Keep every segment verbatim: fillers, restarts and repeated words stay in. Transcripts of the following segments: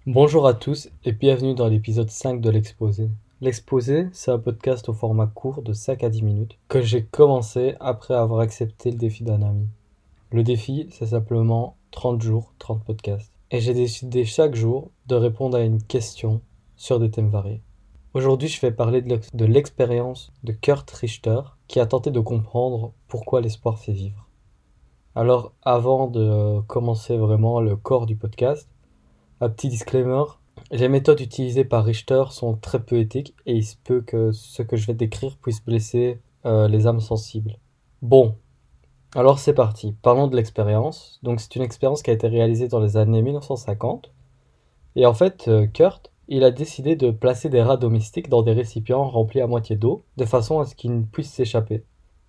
Bonjour à tous et bienvenue dans l'épisode cinq de l'Exposé. L'Exposé, c'est un podcast au format court de cinq à dix minutes que j'ai commencé après avoir accepté le défi d'un ami. Le défi, c'est simplement trente jours, trente podcasts. Et j'ai décidé chaque jour de répondre à une question sur des thèmes variés. Aujourd'hui, je vais parler de l'ex- de l'expérience de Kurt Richter qui a tenté de comprendre pourquoi l'espoir fait vivre. Alors, avant de commencer vraiment le corps du podcast, un petit disclaimer, les méthodes utilisées par Richter sont très peu éthiques et il se peut que ce que je vais décrire puisse blesser euh, les âmes sensibles. Bon, alors c'est parti. Parlons de l'expérience. Donc c'est une expérience qui a été réalisée dans les années mille neuf cent cinquante. Et en fait, euh, Kurt, il a décidé de placer des rats domestiques dans des récipients remplis à moitié d'eau, de façon à ce qu'ils ne puissent s'échapper.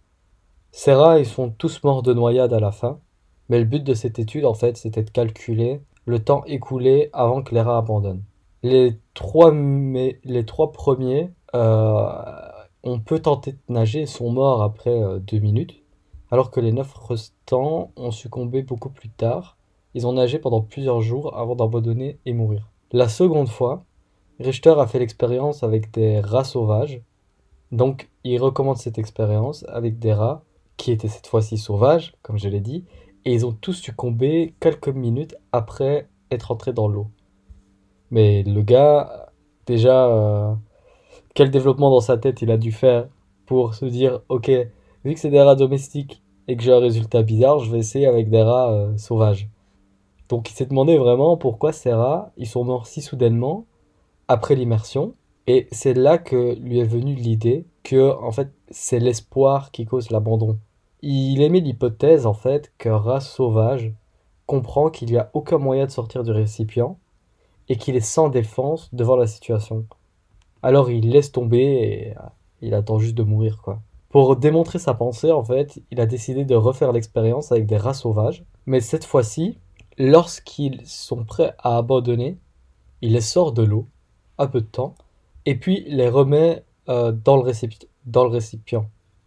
Ces rats, ils sont tous morts de noyade à la fin, mais le but de cette étude, en fait, c'était de calculer le temps écoulé avant que les rats abandonnent. Les trois, mais, les trois premiers, euh, on peut tenter de nager et sont morts après euh, deux minutes, alors que les neuf restants ont succombé beaucoup plus tard. Ils ont nagé pendant plusieurs jours avant d'abandonner et mourir. La seconde fois, Richter a fait l'expérience avec des rats sauvages. Donc, il recommande cette expérience avec des rats qui étaient cette fois-ci sauvages, comme je l'ai dit, et ils ont tous succombé quelques minutes après être entrés dans l'eau. Mais le gars, déjà, euh, quel développement dans sa tête il a dû faire pour se dire, ok, vu que c'est des rats domestiques et que j'ai un résultat bizarre, je vais essayer avec des rats euh, sauvages. Donc il s'est demandé vraiment pourquoi ces rats, ils sont morts si soudainement après l'immersion. Et c'est là que lui est venue l'idée que, en fait, c'est l'espoir qui cause l'abandon. Il émet l'hypothèse, en fait, qu'un rat sauvage comprend qu'il n'y a aucun moyen de sortir du récipient et qu'il est sans défense devant la situation. Alors il laisse tomber et euh, il attend juste de mourir, quoi. Pour démontrer sa pensée, en fait, il a décidé de refaire l'expérience avec des rats sauvages. Mais cette fois-ci, lorsqu'ils sont prêts à abandonner, il les sort de l'eau, un peu de temps, et puis les remet euh, dans le récipi- dans le récipient.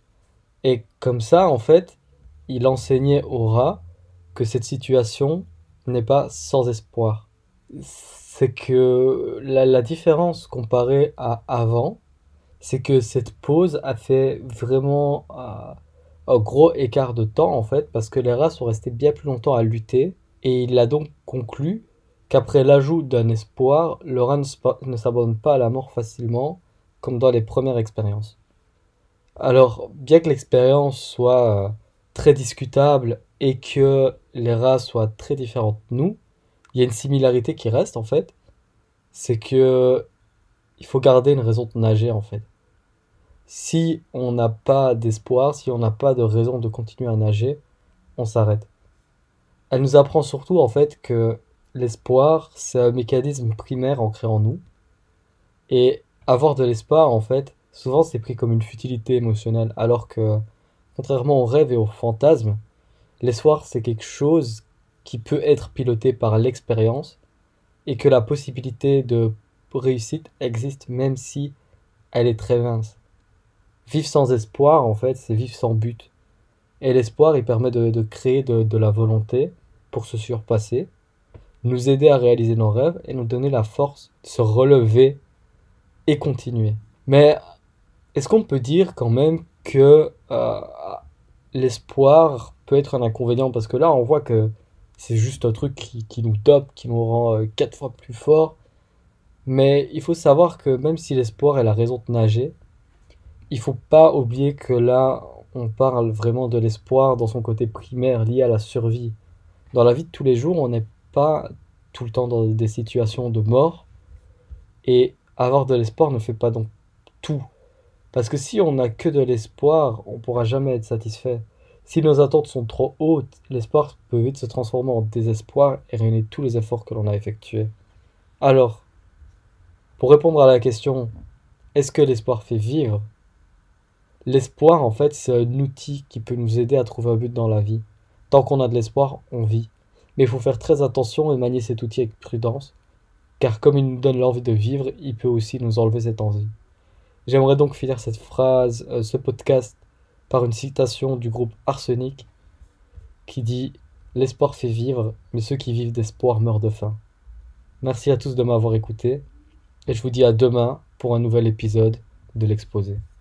Et comme ça, en fait, il enseignait aux rats que cette situation n'est pas sans espoir. C'est que la, la différence comparée à avant, c'est que cette pause a fait vraiment euh, un gros écart de temps en fait, parce que les rats sont restés bien plus longtemps à lutter, et il a donc conclu qu'après l'ajout d'un espoir, le rat ne, spa- ne s'abandonne pas à la mort facilement, comme dans les premières expériences. Alors, bien que l'expérience soit euh, très discutable et que les rats soient très différents de nous, il y a une similarité qui reste en fait, c'est que il faut garder une raison de nager en fait. Si on n'a pas d'espoir, si on n'a pas de raison de continuer à nager, on s'arrête. Elle nous apprend surtout en fait que l'espoir, c'est un mécanisme primaire ancré en nous. Et avoir de l'espoir, en fait, souvent c'est pris comme une futilité émotionnelle, alors que, contrairement aux rêves et aux fantasmes, l'espoir c'est quelque chose qui peut être piloté par l'expérience et que la possibilité de réussite existe même si elle est très mince. Vivre sans espoir, en fait, c'est vivre sans but. Et l'espoir, il permet de, de créer de, de la volonté pour se surpasser, nous aider à réaliser nos rêves et nous donner la force de se relever et continuer. Mais est-ce qu'on peut dire quand même que euh, l'espoir peut être un inconvénient? Parce que là, on voit que c'est juste un truc qui, qui nous dope, qui nous rend euh, quatre fois plus forts. Mais il faut savoir que même si l'espoir est la raison de nager, il faut pas oublier que là, on parle vraiment de l'espoir dans son côté primaire lié à la survie. Dans la vie de tous les jours, on n'est pas tout le temps dans des situations de mort. Et avoir de l'espoir ne fait pas donc tout. Parce que si on n'a que de l'espoir, on pourra jamais être satisfait. Si nos attentes sont trop hautes, l'espoir peut vite se transformer en désespoir et ruiner tous les efforts que l'on a effectués. Alors, pour répondre à la question, est-ce que l'espoir fait vivre? L'espoir, en fait, c'est un outil qui peut nous aider à trouver un but dans la vie. Tant qu'on a de l'espoir, on vit. Mais il faut faire très attention et manier cet outil avec prudence, car comme il nous donne l'envie de vivre, il peut aussi nous enlever cette envie. J'aimerais donc finir cette phrase, euh, ce podcast, par une citation du groupe Arsenic qui dit: L'espoir fait vivre, mais ceux qui vivent d'espoir meurent de faim. Merci à tous de m'avoir écouté et je vous dis à demain pour un nouvel épisode de l'exposé.